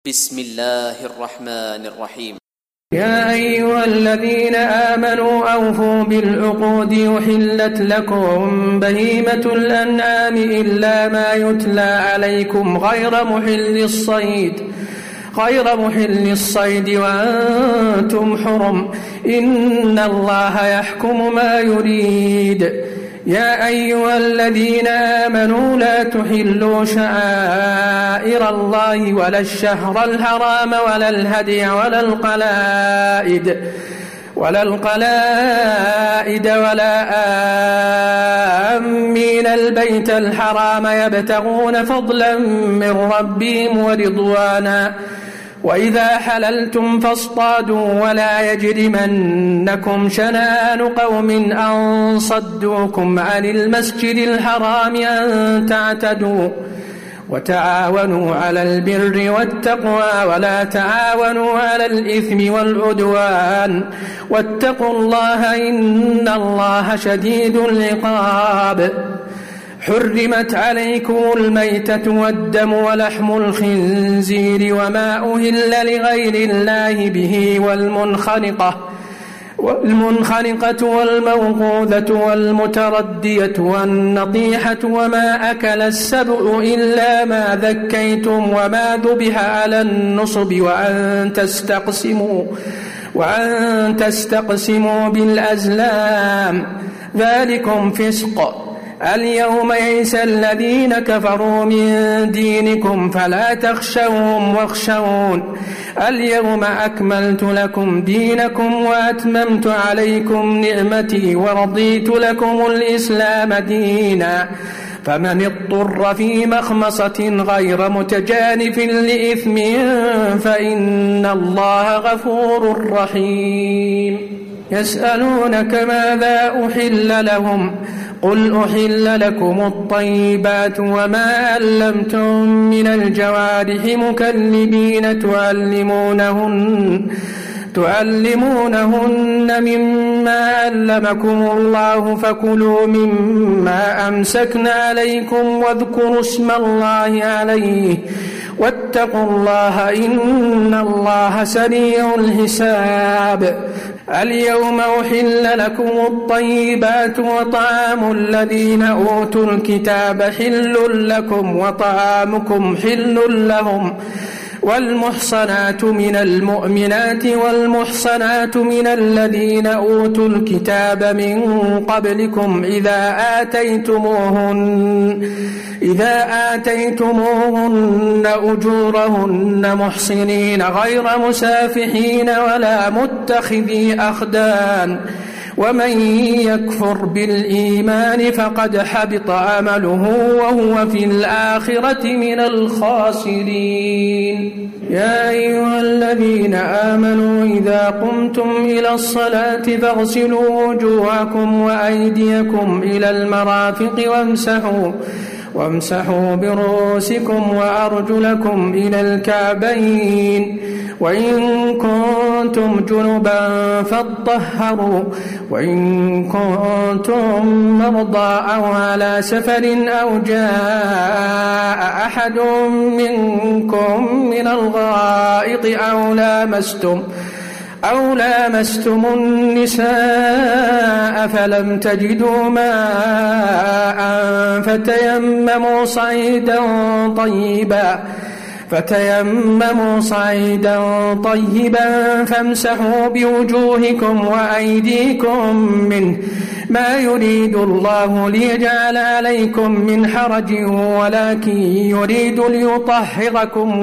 بسم الله الرحمن الرحيم. يا أيها الذين آمنوا أوفوا بالعقود يحلت لكم بهيمة الأنعام إلا ما يتلى عليكم غير محل الصيد وأنتم حرم إن الله يحكم ما يريد. يا أيها الذين آمنوا لا تحلوا شعائر الله ولا الشهر الحرام ولا الهدي ولا القلائد ولا آمين البيت الحرام يبتغون فضلا من ربهم ورضوانا وإذا حللتم فاصطادوا ولا يجرمنكم شنآن قوم أن صدوكم عن المسجد الحرام أن تعتدوا وتعاونوا على البر والتقوى ولا تعاونوا على الإثم والعدوان واتقوا الله إن الله شديد العقاب. حرمت عليكم الميتة والدم ولحم الخنزير وما أهل لغير الله به والمنخنقة والموقوذة والمتردية والنطيحة وما أكل السبع إلا ما ذكيتم وما ذبح على النصب وأن تستقسموا بالأزلام ذلكم فسق. اليوم يئس الذين كفروا من دينكم فلا تخشوهم واخشون. اليوم أكملت لكم دينكم وأتممت عليكم نعمتي ورضيت لكم الإسلام دينا فمن اضطر في مخمصة غير متجانف لإثم فإن الله غفور رحيم. يسألونك ماذا أحل لهم قل أحل لكم الطيبات وما علمتم من الجوارح مكلبين تعلمونهن مما علمكم الله فكلوا مما أمسكن عليكم واذكروا اسم الله عليه واتقوا الله إن الله سريع الحساب. اليوم أحل لكم الطيبات وطعام الذين أوتوا الكتاب حل لكم وطعامكم حل لهم والمحصنات من المؤمنات والمحصنات من الذين أوتوا الكتاب من قبلكم إذا آتيتموهن أجورهن محصنين غير مسافحين ولا متخذي أخدان ومن يكفر بالإيمان فقد حبط عمله وهو في الآخرة من الخاسرين. يا أيها الذين آمنوا إذا قمتم إلى الصلاة فاغسلوا وجوهكم وأيديكم إلى المرافق وامسحوا برؤوسكم وأرجلكم إلى الكعبين وإن كنتم جنبا فاطهروا وإن كنتم مرضى أو على سفر أو جاء أحد منكم من الغائط أو لامستم النساء فلم تجدوا ماء فتيمموا صعيدا طيبا فامسحوا بوجوهكم وأيديكم منه ما يريد الله ليجعل عليكم من حرج ولكن يريد ليطهركم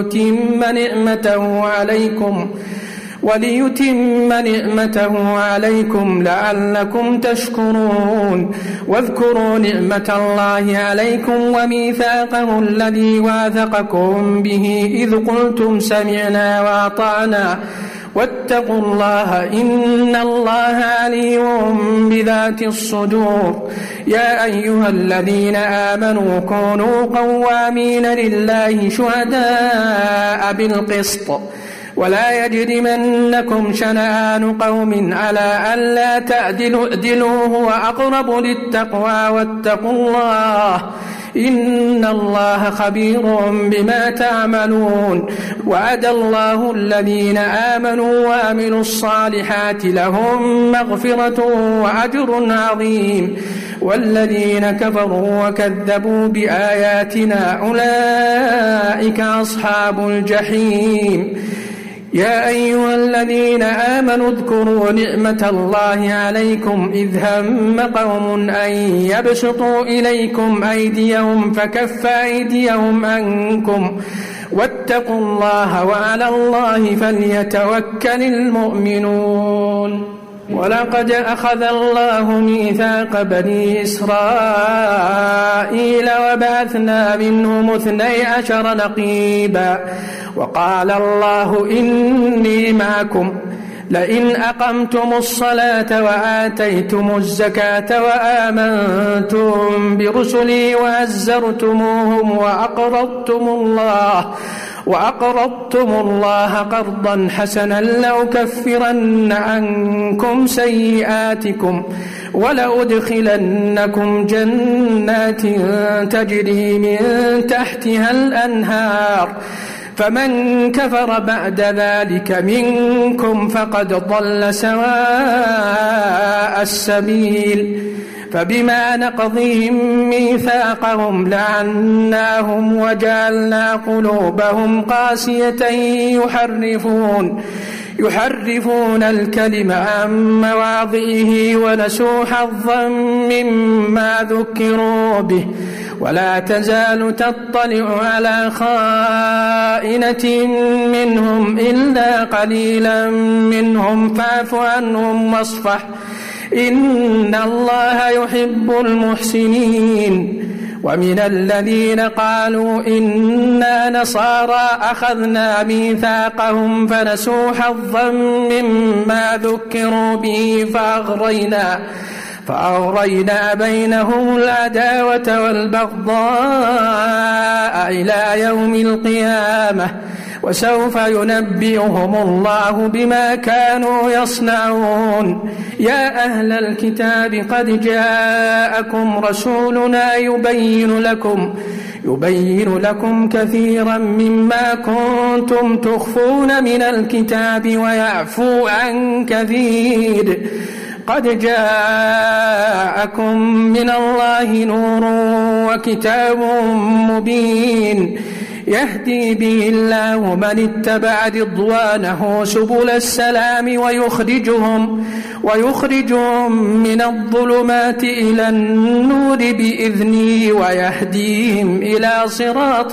وليتم نعمته عليكم لعلكم تشكرون. واذكروا نعمة الله عليكم وميثاقه الذي واثقكم به إذ قلتم سمعنا وأطعنا واتقوا الله إن الله عليم بذات الصدور. يا أيها الذين آمنوا كونوا قوامين لله شهداء بالقسط ولا يجرمنكم شنآن قوم على ألا تعدلوا اعدلوا هو أقرب للتقوى واتقوا الله إن الله خبير بما تعملون. وعد الله الذين آمنوا وعملوا الصالحات لهم مغفرة وأجر عظيم، والذين كفروا وكذبوا بآياتنا أولئك أصحاب الجحيم. يا أيها الذين آمنوا اذكروا نعمة الله عليكم إذ هم قوم أن يبسطوا إليكم أيديهم فكف أيديهم عنكم واتقوا الله وعلى الله فليتوكل المؤمنون. ولقد أخذ الله ميثاق بني إسرائيل وبعثنا منهم 12 نقيبا وقال الله إني معكم لئن أقمتم الصلاة وآتيتم الزكاة وآمنتم برسلي وعزرتموهم وأقرضتم الله قرضا حسنا لأكفرن عنكم سيئاتكم ولأدخلنكم جنات تجري من تحتها الأنهار فمن كفر بعد ذلك منكم فقد ضل سواء السبيل. فبما نقضهم ميثاقهم لعناهم وجعلنا قلوبهم قاسية يحرفون الكلم عن مواضعه ونسوا حظا مما ذكروا به ولا تزال تطلع على خائنة منهم إلا قليلا منهم فاعف عنهم واصفح إن الله يحب المحسنين. ومن الذين قالوا إنا نصارى أخذنا ميثاقهم فنسوا حظا مما ذكروا به فأغرينا بينهم العداوة والبغضاء إلى يوم القيامة وسوف ينبئهم الله بما كانوا يصنعون. يا أهل الكتاب قد جاءكم رسولنا يبين لكم كثيرا مما كنتم تخفون من الكتاب ويعفو عن كثير. قد جاءكم من الله نور وكتاب مبين يهدي به الله من اتبع رضوانه سبل السلام ويخرجهم من الظلمات إلى النور بإذنه ويهديهم إلى صراط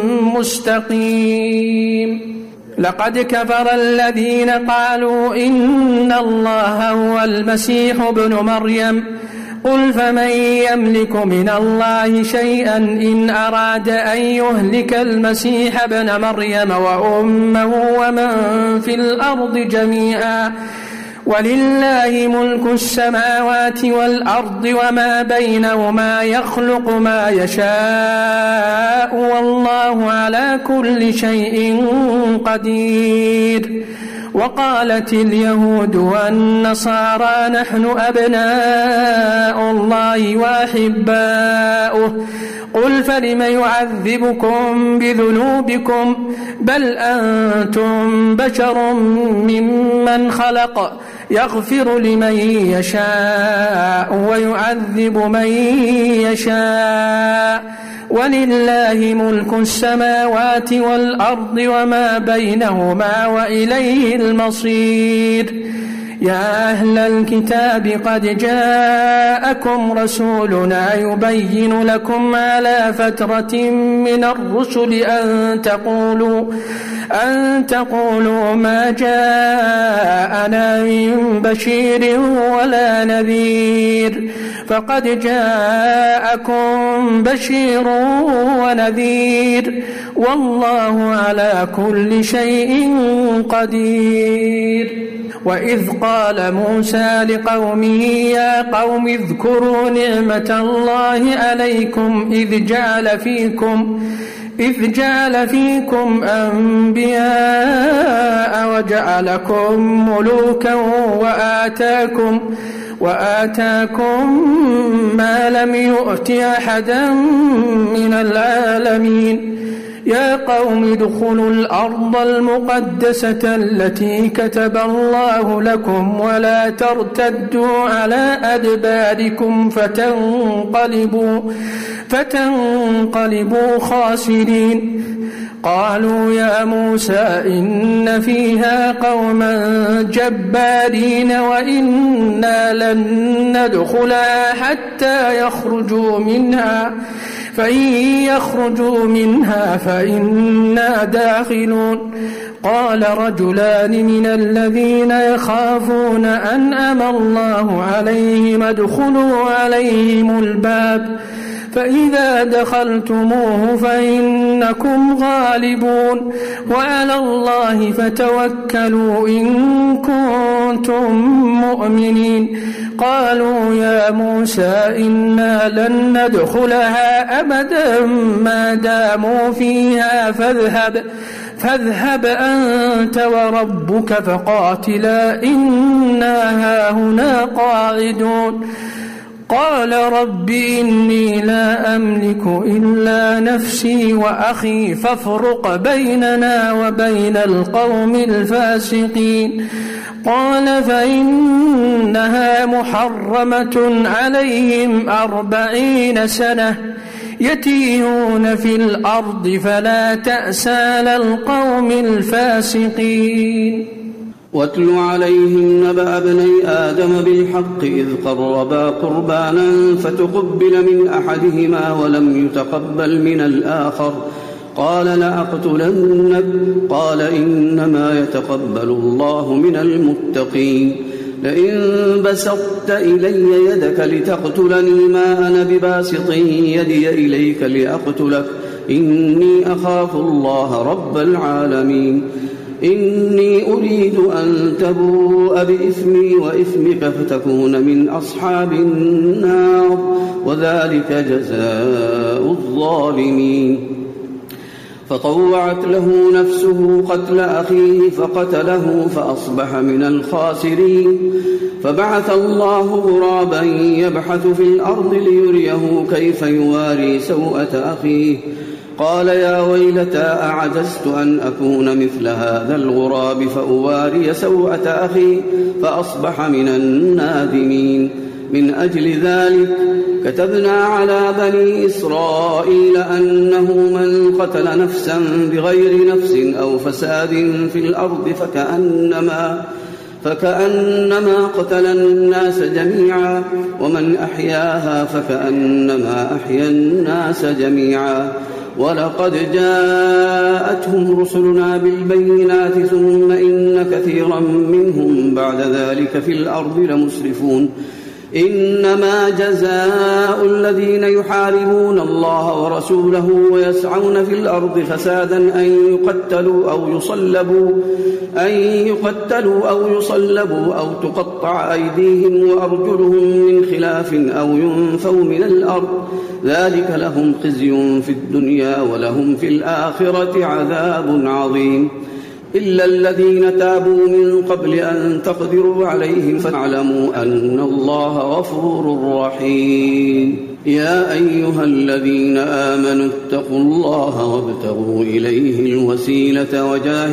مستقيم. لقد كفر الذين قالوا إن الله هو المسيح ابن مريم قل فمن يملك من الله شيئا إن أراد أن يهلك المسيح ابن مريم وأمه ومن في الأرض جميعا ولله ملك السماوات والأرض وما بينهما يخلق ما يشاء والله على كل شيء قدير. وقالت اليهود والنصارى نحن أبناء الله وأحباؤه قل فلم يعذبكم بذنوبكم بل أنتم بشر ممن خلق يغفر لمن يشاء ويعذب من يشاء ولله ملك السماوات والأرض وما بينهما وإليه المصير. يا أهل الكتاب قد جاءكم رسولنا يبين لكم على فترة من الرسل أن تقولوا ما جاءنا من بشير ولا نذير فقد جاءكم بشير ونذير والله على كل شيء قدير. وإذ قال موسى لقومه يا قوم اذكروا نعمة الله عليكم إذ جعل فيكم أنبياء وجعلكم ملوكا وآتاكم ما لم يؤت أحدا من العالمين. يا قوم ادخلوا الأرض المقدسة التي كتب الله لكم ولا ترتدوا على أدباركم فتنقلبوا خاسرين. قالوا يا موسى إن فيها قوما جبارين وإنا لن ندخلها حتى يخرجوا منها فإن يخرجوا منها فإنا داخلون. قال رجلان من الذين يخافون أنعم الله عليهم ادخلوا عليهم الباب فإذا دخلتموه فإنكم غالبون وعلى الله فتوكلوا إن كنتم مؤمنين. قالوا يا موسى إنا لن ندخلها أبدا ما داموا فيها فاذهب أنت وربك فقاتلا إنا هاهنا قاعدون. قال رب إني لا أملك إلا نفسي وأخي فافرق بيننا وبين القوم الفاسقين. قال فإنها محرمة عليهم 40 سنة يتيهون في الأرض فلا تأس على القوم الفاسقين. واتل عليهم نبأ ابني آدم بالحق إذ قربا قربانا فتقبل من أحدهما ولم يتقبل من الآخر قال لأقتلنك قال إنما يتقبل الله من المتقين. لئن بسطت إلي يدك لتقتلني ما أنا بباسط يدي إليك لأقتلك إني أخاف الله رب العالمين. إني أريد أن تبوء بإثمي وإثمك فتكون من أصحاب النار وذلك جزاء الظالمين. فطوعت له نفسه قتل أخيه فقتله فأصبح من الخاسرين. فبعث الله غرابا يبحث في الأرض ليريه كيف يواري سوءة أخيه قال يا ويلتى أعجزت أن أكون مثل هذا الغراب فأواري سوءة أخي فأصبح من النادمين. من أجل ذلك كتبنا على بني إسرائيل أنه من قتل نفسا بغير نفس أو فساد في الأرض فكأنما قتل الناس جميعا ومن أحياها فكأنما أحيا الناس جميعا. ولقد جاءتهم رسلنا بالبينات ثم إن كثيرا منهم بعد ذلك في الأرض لمسرفون. إنما جزاء الذين يحاربون الله ورسوله ويسعون في الأرض فسادا أن يقتلوا أو يصلبوا أو تقطع أيديهم وأرجلهم من خلاف أو ينفوا من الأرض ذلك لهم خزي في الدنيا ولهم في الآخرة عذاب عظيم. إلا الذين تابوا من قبل أن تقدروا عليهم فاعلموا أن الله غفور رحيم. يا أيها الذين آمنوا اتقوا الله وابتغوا إليه الوسيلة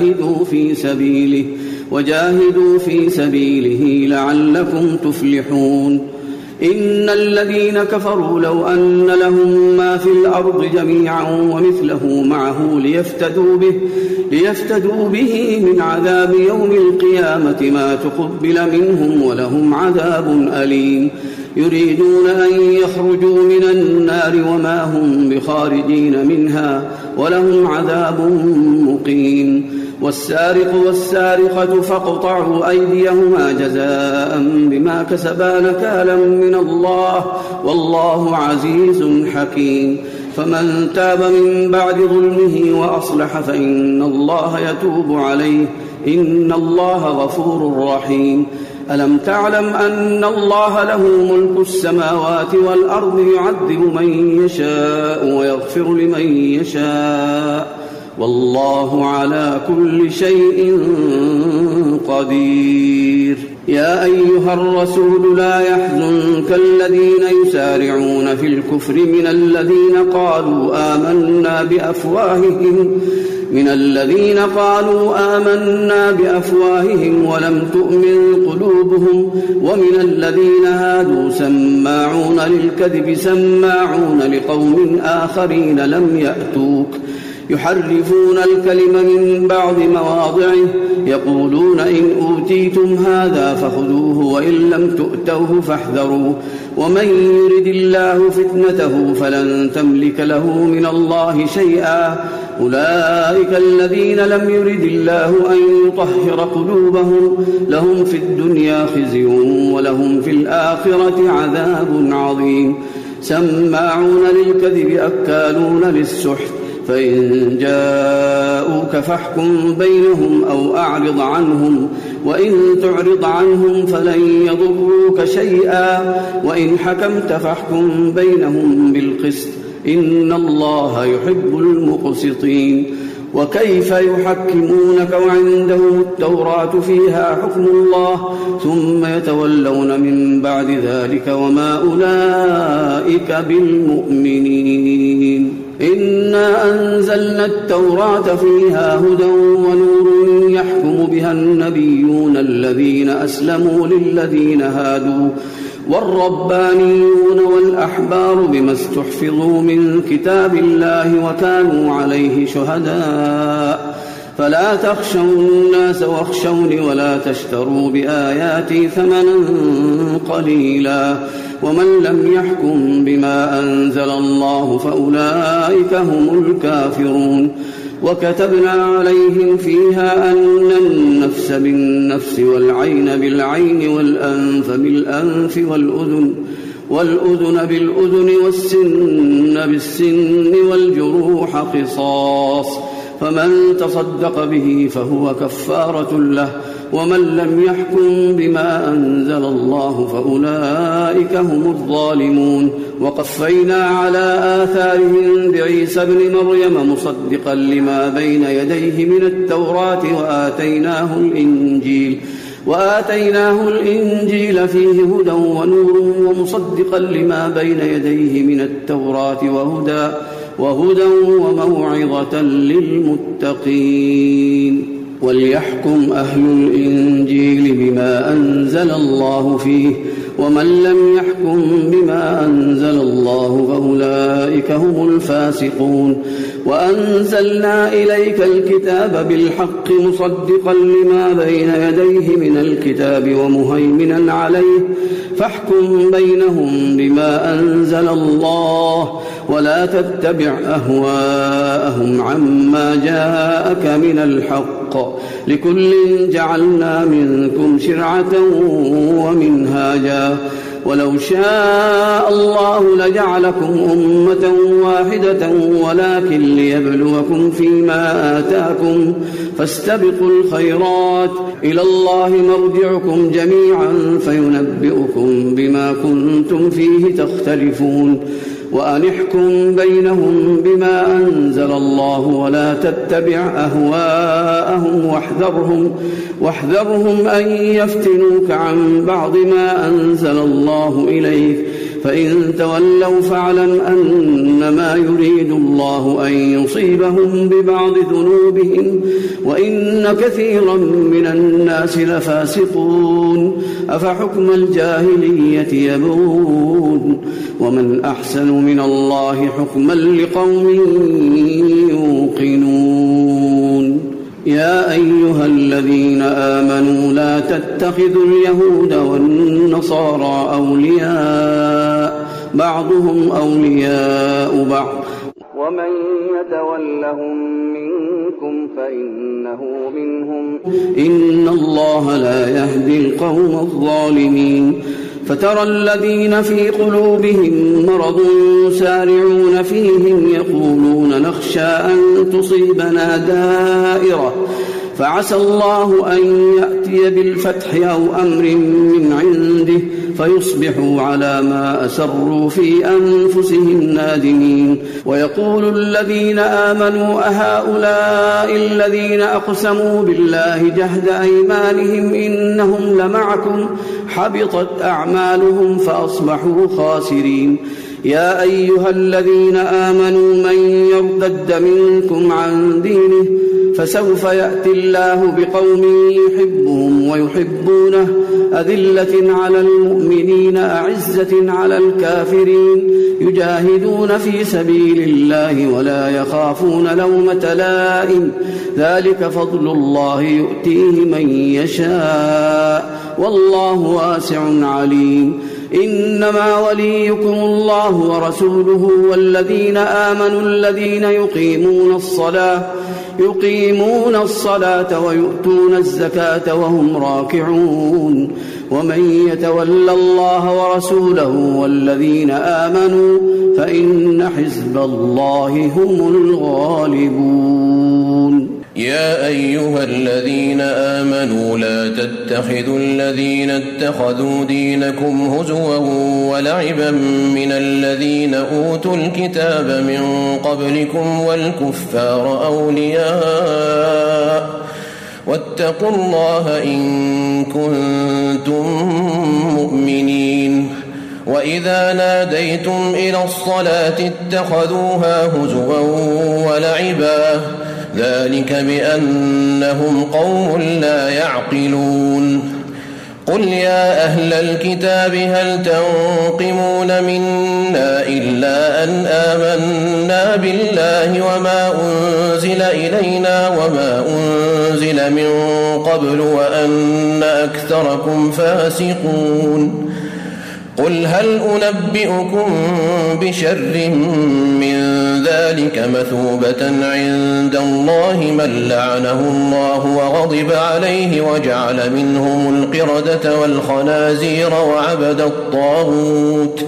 وجاهدوا في سبيله لعلكم تفلحون. إن الذين كفروا لو أن لهم ما في الأرض جميعا ومثله معه ليفتدوا به من عذاب يوم القيامة ما تقبل منهم ولهم عذاب أليم. يريدون أن يخرجوا من النار وما هم بخارجين منها ولهم عذاب مقيم. والسارق والسارقة فاقطعوا أيديهما جزاء بما كسبا نكالا من الله والله عزيز حكيم. فمن تاب من بعد ظلمه وأصلح فإن الله يتوب عليه إن الله غفور رحيم. ألم تعلم أن الله له ملك السماوات والأرض يعذب من يشاء ويغفر لمن يشاء والله على كل شيء قدير. يا أيها الرسول لا يحزنك الذين يسارعون في الكفر من الذين قالوا آمنا بأفواههم ولم تؤمن قلوبهم ومن الذين هادوا سماعون للكذب سماعون لقوم آخرين لم يأتوك يحرفون الكلم من بعض مواضعه يقولون إن أوتيتم هذا فخذوه وإن لم تؤتوه فاحذروا ومن يرد الله فتنته فلن تملك له من الله شيئا أولئك الذين لم يرد الله أن يطهر قلوبهم لهم في الدنيا خزي ولهم في الآخرة عذاب عظيم. سماعون للكذب أكالون للسحت فإن جاءوك فاحكم بينهم أو أعرض عنهم وإن تعرض عنهم فلن يضروك شيئا وإن حكمت فاحكم بينهم بالقسط إن الله يحب المقسطين. وكيف يحكمونك وعندهم التوراة فيها حكم الله ثم يتولون من بعد ذلك وما أولئك بالمؤمنين. إنا أنزلنا التوراة فيها هدى ونور يحكم بها النبيون الذين أسلموا للذين هادوا والربانيون والأحبار بما استحفظوا من كتاب الله وكانوا عليه شهداء فلا تخشوا الناس واخشوني ولا تشتروا بآياتي ثمنا قليلا ومن لم يحكم بما أنزل الله فأولئك هم الكافرون. وكتبنا عليهم فيها أن النفس بالنفس والعين بالعين والأنف بالأنف والأذن بالأذن والسن بالسن والجروح قصاص فمن تصدق به فهو كفارة له ومن لم يحكم بما أنزل الله فأولئك هم الظالمون. وقفينا على آثارهم بعيسى ابن مريم مصدقا لما بين يديه من التوراة وآتيناه الإنجيل فيه هدى ونور ومصدقا لما بين يديه من التوراة وهدى وموعظة للمتقين. وليحكم أهل الإنجيل بما أنزل الله فيه ومن لم يحكم بما أنزل الله فأولئك هم الفاسقون. وأنزلنا إليك الكتاب بالحق مصدقا لما بين يديه من الكتاب ومهيمنا عليه فاحكم بينهم بما أنزل الله ولا تتبع أهواءهم عما جاءك من الحق لكل جعلنا منكم شرعة ومنهاجا ولو شاء الله لجعلكم أمة واحدة ولكن ليبلوكم فيما آتاكم فاستبقوا الخيرات إلى الله مرجعكم جميعا فينبئكم بما كنتم فيه تختلفون. وأن احكم بينهم بما أنزل الله ولا تتبع أهواءهم واحذرهم أن يفتنوك عن بعض ما أنزل الله إليك فإن تولوا فاعلم أنما يريد الله أن يصيبهم ببعض ذنوبهم وإن كثيرا من الناس لفاسقون أفحكم الجاهلية يبغون ومن أحسن من الله حكما لقوم يوقنون. يا أيها الذين آمنوا لا تتخذوا اليهود والنصارى أولياء بعضهم أولياء بعض ومن يتولهم منكم فإنه منهم إن الله لا يهدي القوم الظالمين. فترى الذين في قلوبهم مرض يسارعون فيهم يقولون نخشى أن تصيبنا دائرة فعسى الله أن يأتي بالفتح أو أمر من عنده فيصبحوا على ما أسروا في أنفسهم نادمين. ويقول الذين آمنوا أهؤلاء الذين أقسموا بالله جهد أيمانهم إنهم لمعكم حبطت أعمالهم فأصبحوا خاسرين. يا أيها الذين آمنوا من يرتد منكم عن دينه فسوف يأتي الله بقوم يحبهم ويحبونه أذلة على المؤمنين أعزة على الكافرين يجاهدون في سبيل الله ولا يخافون لومة لائم ذلك فضل الله يؤتيه من يشاء والله واسع عليم. إنما وليكم الله ورسوله والذين آمنوا الذين يقيمون الصلاة ويؤتون الزكاة وهم راكعون. ومن يتول الله ورسوله والذين آمنوا فإن حزب الله هم الغالبون. يا أيها الذين آمنوا لا تتخذوا الذين اتخذوا دينكم هزوا ولعبا من الذين أوتوا الكتاب من قبلكم والكفار أولياء واتقوا الله إن كنتم مؤمنين. وإذا ناديتم إلى الصلاة اتخذوها هزوا ولعبا ذلك بأنهم قوم لا يعقلون. قل يا أهل الكتاب هل تنقمون منا إلا أن آمنا بالله وما أنزل إلينا وما أنزل من قبل وأن أكثركم فاسقون. قل هل أنبئكم بشر من ذلك مثوبة عند الله من لعنه الله وغضب عليه وجعل منهم القردة والخنازير وعبد الطاغوت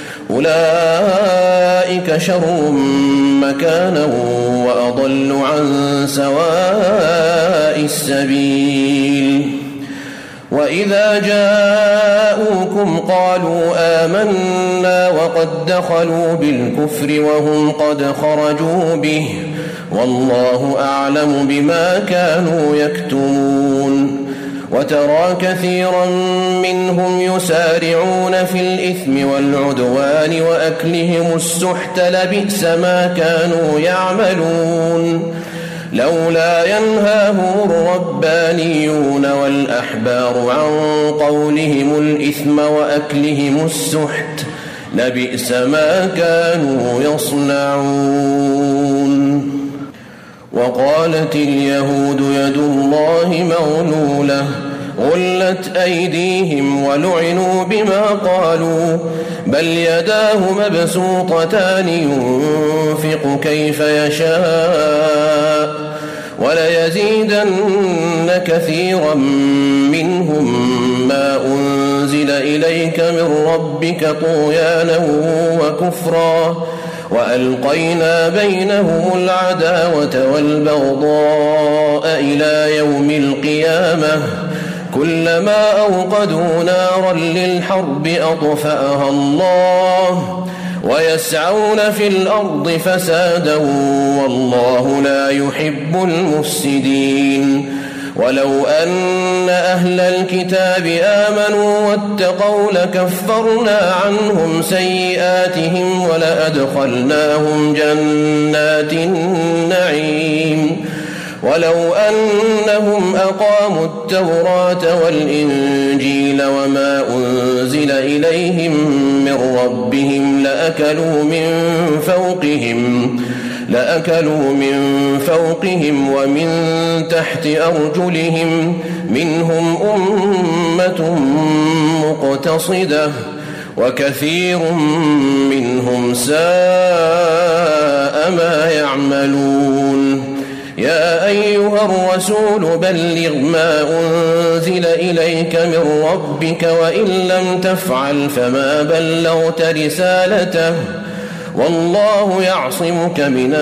أولئك شر مكانا وأضل عن سواء السبيل. وإذا جاءوكم قالوا آمنا وقد دخلوا بالكفر وهم قد خرجوا به والله أعلم بما كانوا يكتمون. وترى كثيرا منهم يسارعون في الإثم والعدوان وأكلهم السحت لبئس ما كانوا يعملون. لولا ينهاهم الربانيون والأحبار عن قولهم الإثم وأكلهم السحت لبئس ما كانوا يصنعون. وقالت اليهود يد الله مغلولة غلت أيديهم ولعنوا بما قالوا بل يداه مبسوطتان ينفق كيف يشاء وليزيدن كثيرا منهم ما أنزل إليك من ربك طغيانا وكفرا وألقينا بينهم العداوة والبغضاء إلى يوم القيامة كلما أوقدوا نارا للحرب أطفأها الله ويسعون في الأرض فسادا والله لا يحب المفسدين. ولو أن أهل الكتاب آمنوا واتقوا لكفرنا عنهم سيئاتهم ولأدخلناهم جنات النعيم. ولو أنهم أقاموا التوراة والإنجيل وما أنزل إليهم من ربهم لأكلوا من فوقهم ومن تحت أرجلهم منهم أمة مقتصدة وكثير منهم ساء ما يعملون. يا أيها الرسول بلغ ما أنزل إليك من ربك وإن لم تفعل فما بلغت رسالته والله يعصمك من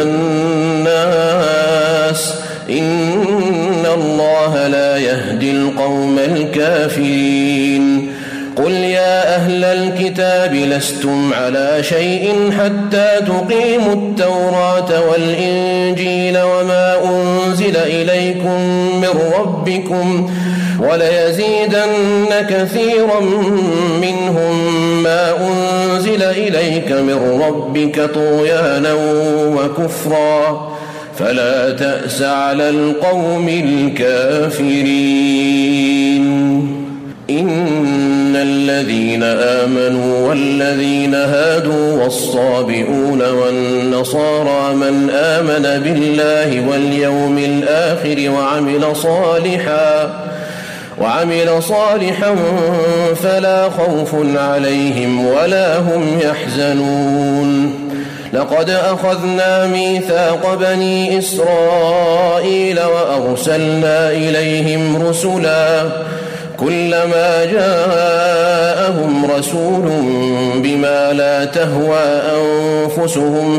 الناس إن الله لا يهدي القوم الكافرين. قل يا أهل الكتاب لستم على شيء حتى تقيموا التوراة والإنجيل وما أنزل إليكم من ربكم وليزيدن كثيرا منهم ما أنزل إليك من ربك طغيانا وكفرا فلا تأس على القوم الكافرين. إن الذين آمنوا والذين هادوا والصابئون والنصارى من آمن بالله واليوم الآخر وعمل صالحا فلا خوف عليهم ولا هم يحزنون. لقد أخذنا ميثاق بني إسرائيل وأرسلنا إليهم رسلا كلما جاءهم رسول بما لا تهوى أنفسهم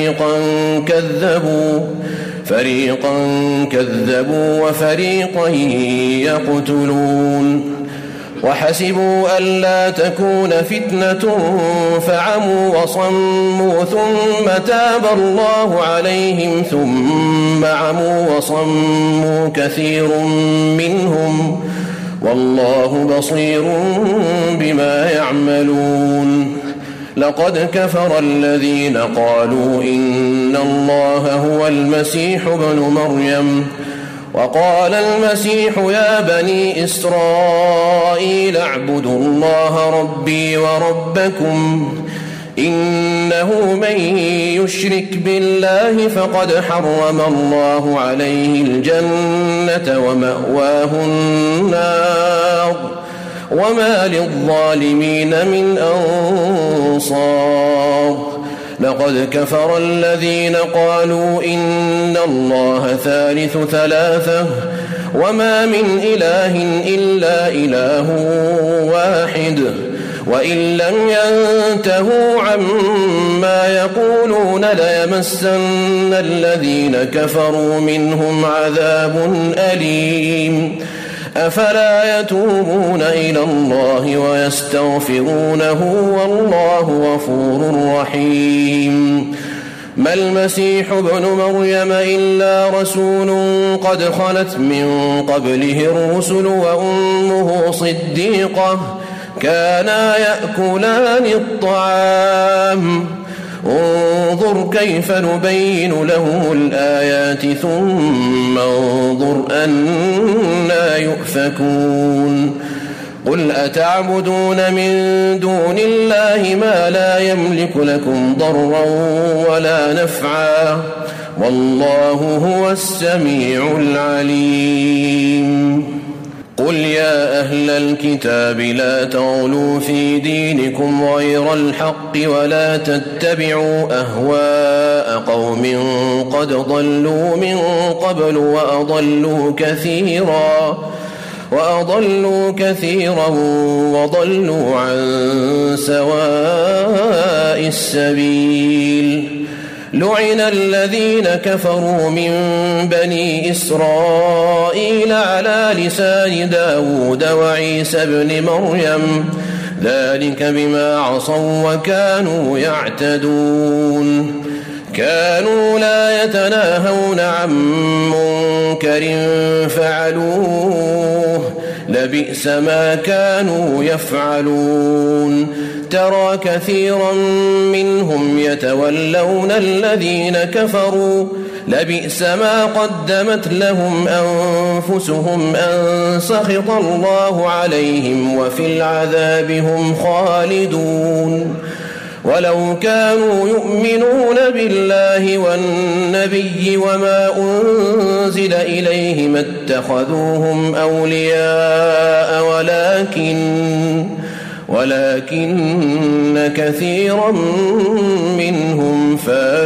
فريقا كذبوا وفريقا يقتلون. وحسبوا ألا تكون فتنة فعموا وصموا ثم تاب الله عليهم ثم عموا وصموا كثير منهم والله بصير بما يعملون. لقد كفر الذين قالوا إن الله هو المسيح ابن مريم وقال المسيح يا بني إسرائيل اعبدوا الله ربي وربكم إنه من يشرك بالله فقد حرم الله عليه الجنة ومأواه النار وما للظالمين من أنصار. لقد كفر الذين قالوا إن الله ثالث ثلاثة وما من إله إلا إله واحد وإن لم ينتهوا عما يقولون ليمسن الذين كفروا منهم عذاب أليم. أفلا يتوبون إلى الله ويستغفرونه والله غفور رحيم. ما المسيح ابن مريم إلا رسول قد خلت من قبله الرسل وأمه صديقة كانا يأكلان الطعام انظر كيف نبين لهم الآيات ثم انظر أنا يؤفكون. قل أتعبدون من دون الله ما لا يملك لكم ضرا ولا نفعا والله هو السميع العليم. قل يا أهل الكتاب لا تغلوا في دينكم غير الحق ولا تتبعوا أهواء قوم قد ضلوا من قبل وأضلوا كثيرا وضلوا عن سواء السبيل. لعن الذين كفروا من بني إسرائيل على لسان داود وعيسى بن مريم ذلك بما عصوا وكانوا يعتدون. كانوا لا يتناهون عن منكر فعلوه لبئس ما كانوا يفعلون. ترى كثيرا منهم يتولون الذين كفروا لبئس ما قدمت لهم أنفسهم أن سخط الله عليهم وفي العذاب هم خالدون. ولو كانوا يؤمنون بالله والنبي وما أنزل إليه ما اتخذوهم أولياء ولكن كثيرا منهم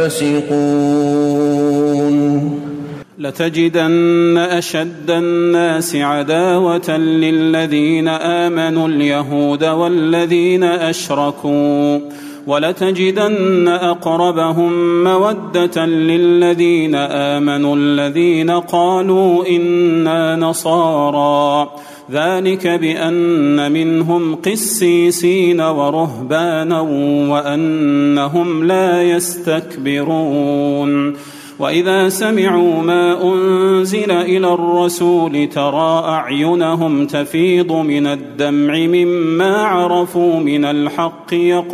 فاسقون. لتجدن أشد الناس عداوة للذين آمنوا اليهود والذين أشركوا ولتجدن أقربهم مودة للذين آمنوا الذين قالوا إنا نصارى ذلك بأن منهم قسيسين ورهبانا وأنهم لا يستكبرون وإذا سمعوا ما أنزل إلى الرسول ترى أعينهم تفيض من الدمع مما عرفوا من الحق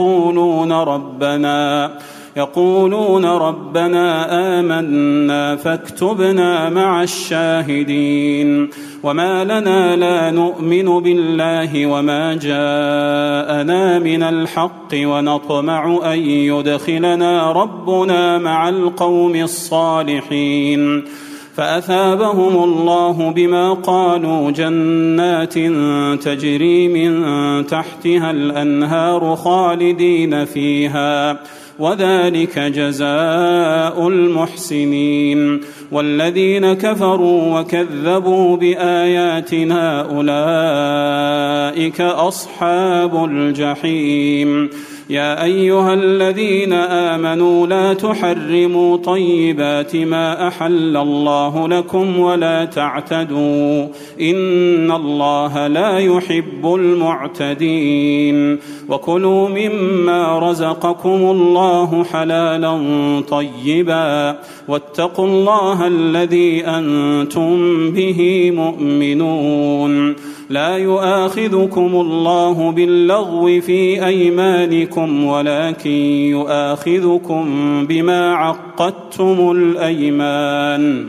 يقولون ربنا آمنا فاكتبنا مع الشاهدين وما لنا لا نؤمن بالله وما جاءنا من الحق ونطمع أن يدخلنا ربنا مع القوم الصالحين فأثابهم الله بما قالوا جنات تجري من تحتها الأنهار خالدين فيها وذلك جزاء المحسنين والذين كفروا وكذبوا بآياتنا أولئك أصحاب الجحيم يا أيها الذين آمنوا لا تحرموا طيبات ما أحل الله لكم ولا تعتدوا إن الله لا يحب المعتدين وكلوا مما رزقكم الله حلالا طيبا واتقوا الله الذي أنتم به مؤمنون لا يؤاخذكم الله باللغو في أيمانكم ولكن يؤاخذكم بما عقدتم الأيمان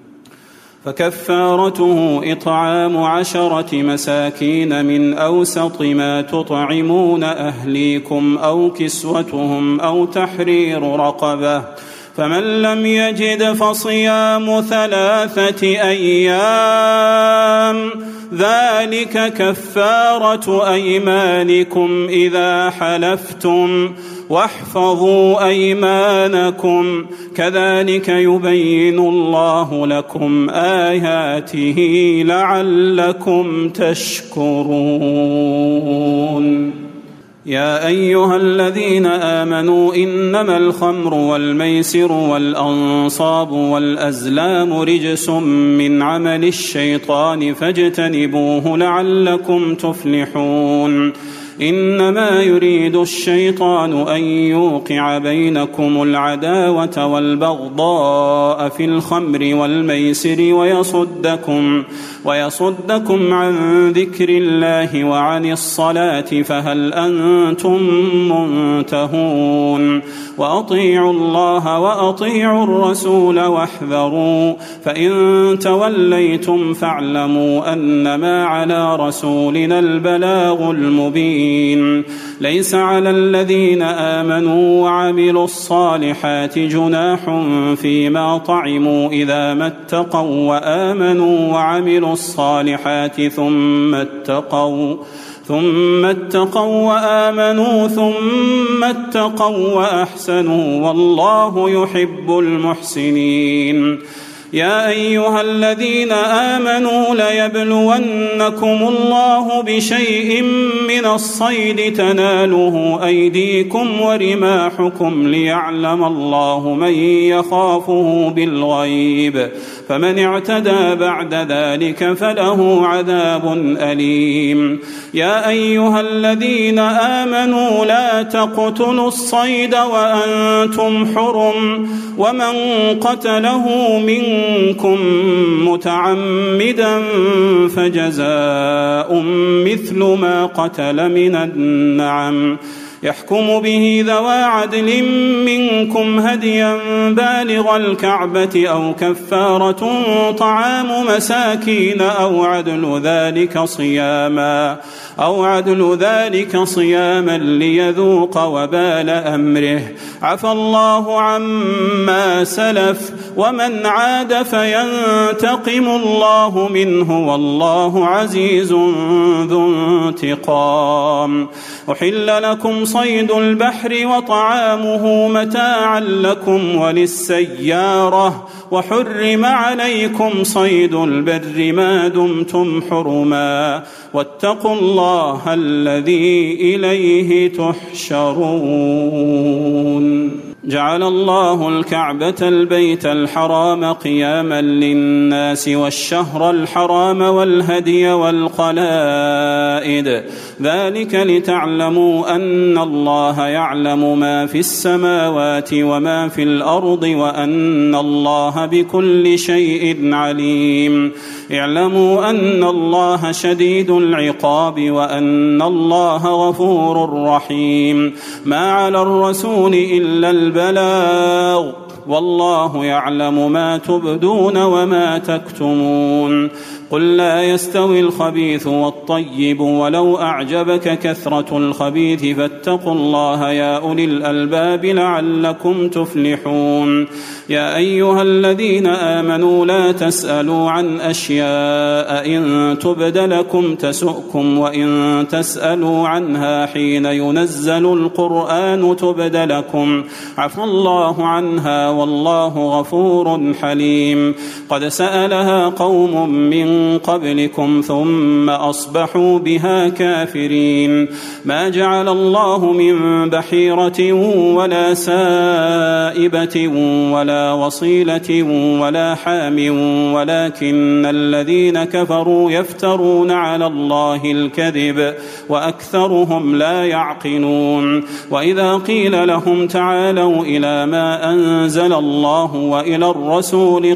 فكفارته إطعام 10 مساكين من أوسط ما تطعمون أهليكم أو كسوتهم أو تحرير رقبة فمن لم يجد فصيام 3 أيام ذلك كفارة أيمانكم إذا حلفتم واحفظوا أيمانكم كذلك يبين الله لكم آياته لعلكم تشكرون يا أيها الذين آمنوا إنما الخمر والميسر والأنصاب والأزلام رجس من عمل الشيطان فاجتنبوه لعلكم تفلحون إنما يريد الشيطان أن يوقع بينكم العداوة والبغضاء في الخمر والميسر ويصدكم عن ذكر الله وعن الصلاة فهل أنتم منتهون وأطيعوا الله وأطيعوا الرسول واحذروا فإن توليتم فاعلموا أنما على رسولنا البلاغ المبين ليس على الذين آمنوا وعملوا الصالحات جناح فيما طعموا إذا ما اتقوا وآمنوا وعملوا الصالحات ثم اتقوا وآمنوا ثم اتقوا وأحسنوا والله يحب المحسنين يا أيها الذين آمنوا ليبلونكم الله بشيء من الصيد تناله أيديكم ورماحكم ليعلم الله من يخافه بالغيب فمن اعتدى بعد ذلك فله عذاب أليم يا أيها الذين آمنوا لا تقتلوا الصيد وأنتم حرم ومن قتله منكم متعمدا فجزاء مثل ما قتل من النعم يحكم به ذوى عدل منكم هديا بالغ الكعبة أو كفارة طعام مساكين أو عدل ذلك صياما ليذوق وبال أمره عفى الله عما سلف ومن عاد فينتقم الله منه والله عزيز ذو انتقام أحل لكم صيد البحر وطعامه متاعا لكم وللسيارة وحرم عليكم صيد البر ما دمتم حرما واتقوا الله الذي إليه تحشرون. جعل الله الكعبة البيت الحرام قياما للناس والشهر الحرام والهدي والقلائد ذلك لتعلموا أن الله يعلم ما في السماوات وما في الأرض وأن الله بكل شيء عليم. اعلموا أن الله شديد العقاب وأن الله غفور رحيم. ما على الرسول إلا البلاغ والله يعلم ما تبدون وما تكتمون. قل لا يستوي الخبيث والطيب ولو أعجبك كثرة الخبيث فاتقوا الله يا أولي الألباب لعلكم تفلحون. يا أيها الذين آمنوا لا تسألوا عن أشياء إن تبد لكم تسؤكم وإن تسألوا عنها حين ينزل القرآن تبد لكم عفى الله عنها والله غفور حليم. قد سألها قوم من قبلكم ثم أصبحوا بها كافرين. ما جعل الله من بحيرة ولا سائبة ولا وصيلة ولا حام ولكن الذين كفروا يفترون على الله الكذب وأكثرهم لا يعقلون. وإذا قيل لهم تعالوا إلى ما أنزل الله وإلى الرسول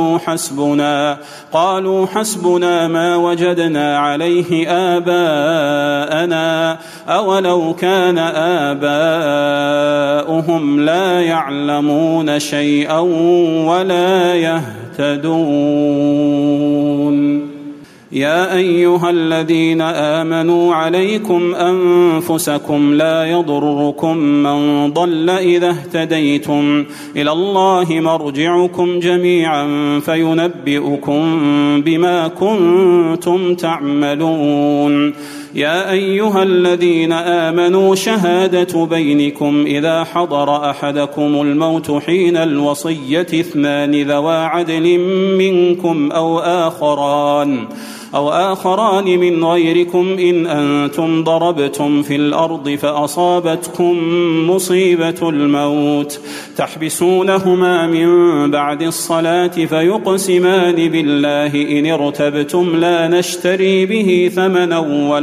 قالوا حسبنا ما وجدنا عليه آباءنا أولو كان آباؤهم لا يعلمون شيئا ولا يهتدون. يا أيها الذين آمنوا عليكم أنفسكم لا يضركم من ضل إذا اهتديتم إلى الله مرجعكم جميعا فينبئكم بما كنتم تعملون. يا أيها الذين آمنوا شهادة بينكم إذا حضر أحدكم الموت حين الوصية 2 ذوى عدل منكم أو آخران من غيركم إن أنتم ضربتم في الأرض فأصابتكم مصيبة الموت تحبسونهما من بعد الصلاة فيقسمان بالله إن ارتبتم لا نشتري به ثمنا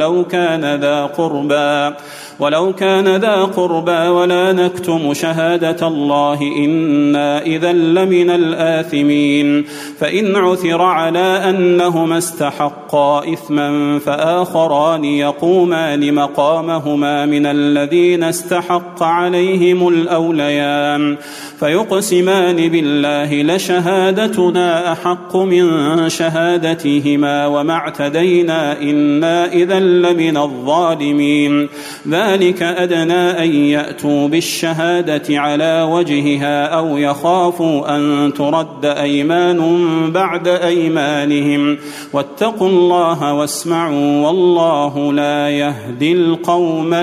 ولو كان ذا قربى ولا نكتم شهادة الله إنا إذا لمن الآثمين. فإن عثر على أنهما استحقا إثما فآخران يقومان مقامهما من الذين استحق عليهم الأوليان فيقسمان بالله لشهادتنا أحق من شهادتهما وما اعتدينا إنا إذا لمن الظالمين. ذلك أدنى أن يأتوا بالشهادة على وجهها أو يخافوا أن ترد أيمان بعد أيمانهم واتقوا الله واسمعوا والله لا يهدي القوم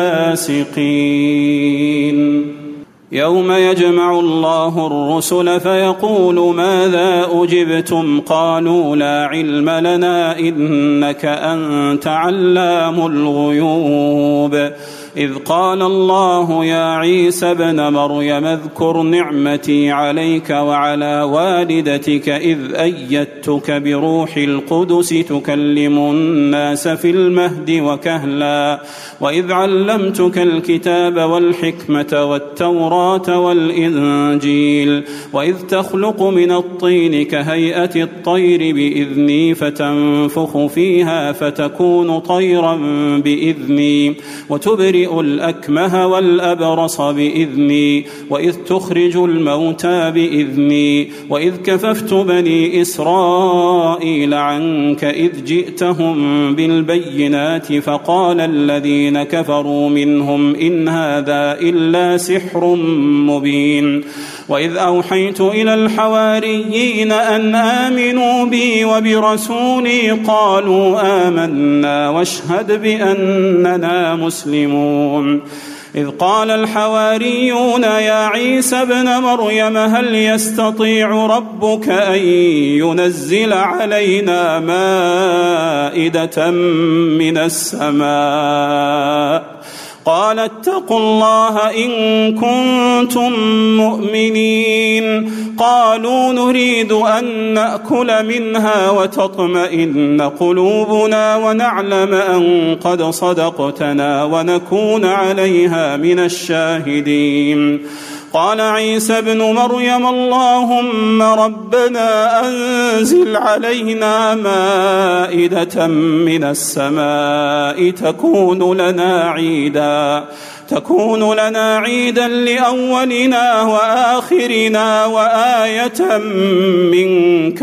الفاسقين. يوم يجمع الله الرسل فيقول ماذا أجبتم قالوا لا علم لنا إنك أنت علام الغيوب. إذ قال الله يا عيسى ابن مريم اذكر نعمتي عليك وعلى والدتك إذ أيدتك بروح القدس تكلم الناس في المهد وكهلا وإذ علمتك الكتاب والحكمة والتوراة والإنجيل وإذ تخلق من الطين كهيئة الطير بإذني فتنفخ فيها فتكون طيرا بإذني وتبرئ الأكمه والأبرص بإذني وإذ تخرج الموتى بإذني وإذ كففت بني إسرائيل عنك إذ جئتهم بالبينات فقال الذين كفروا منهم إن هذا إلا سحر مبين. وإذ أوحيت إلى الحواريين أن آمنوا بي وبرسولي قالوا آمنا واشهد بأننا مسلمون. إذ قال الحواريون يا عيسى ابن مريم هل يستطيع ربك أن ينزل علينا مائدة من السماء؟ قال اتقوا الله إن كنتم مؤمنين. قالوا نريد أن نأكل منها وتطمئن قلوبنا ونعلم أن قد صدقتنا ونكون عليها من الشاهدين. قال عيسى ابن مريم اللهم ربنا أنزل علينا مائدة من السماء تكون لنا عيدا لأولنا وآخرنا وآية منك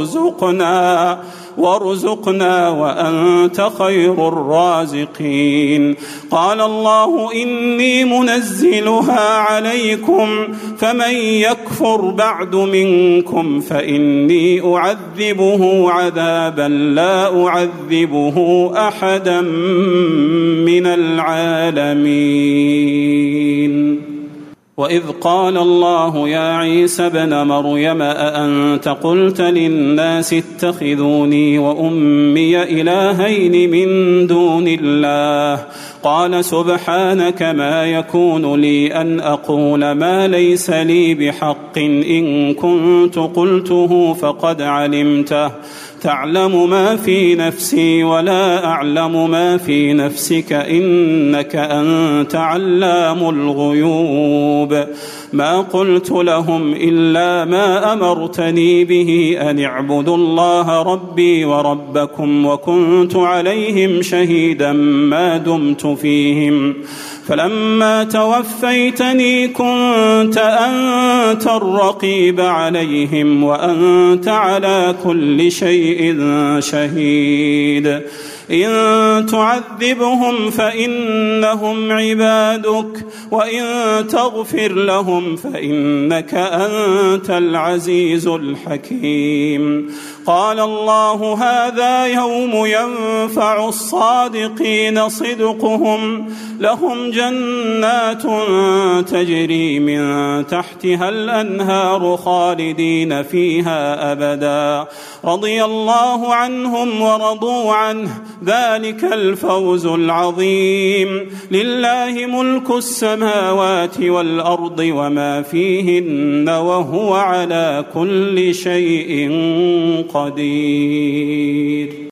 وارزقنا وأنت خير الرازقين. قال الله إني منزلها عليكم فمن يكفر بعد منكم فإني أعذبه عذابا لا أعذبه أحدا من العالمين. وإذ قال الله يا عيسى ابن مريم أأنت قلت للناس اتخذوني وأمي إلهين من دون الله؟ قال سبحانك ما يكون لي أن أقول ما ليس لي بحق إن كنت قلته فقد علمته تعلم ما في نفسي ولا أعلم ما في نفسك إنك أنت علام الغيوب. ما قلت لهم إلا ما أمرتني به أن اعبدوا الله ربي وربكم وكنت عليهم شهيدا ما دمت فيهم فلما توفيتني كنت أنت الرقيب عليهم وأنت على كل شيء شهيد. إن تعذبهم فإنهم عبادك وإن تغفر لهم فإنك أنت العزيز الحكيم. قال الله هذا يوم ينفع الصادقين صدقهم لهم جنات تجري من تحتها الأنهار خالدين فيها أبدا رضي الله عنهم ورضوا عنه ذلك الفوز العظيم. لله ملك السماوات والأرض وما فيهن وهو على كل شيء قدير.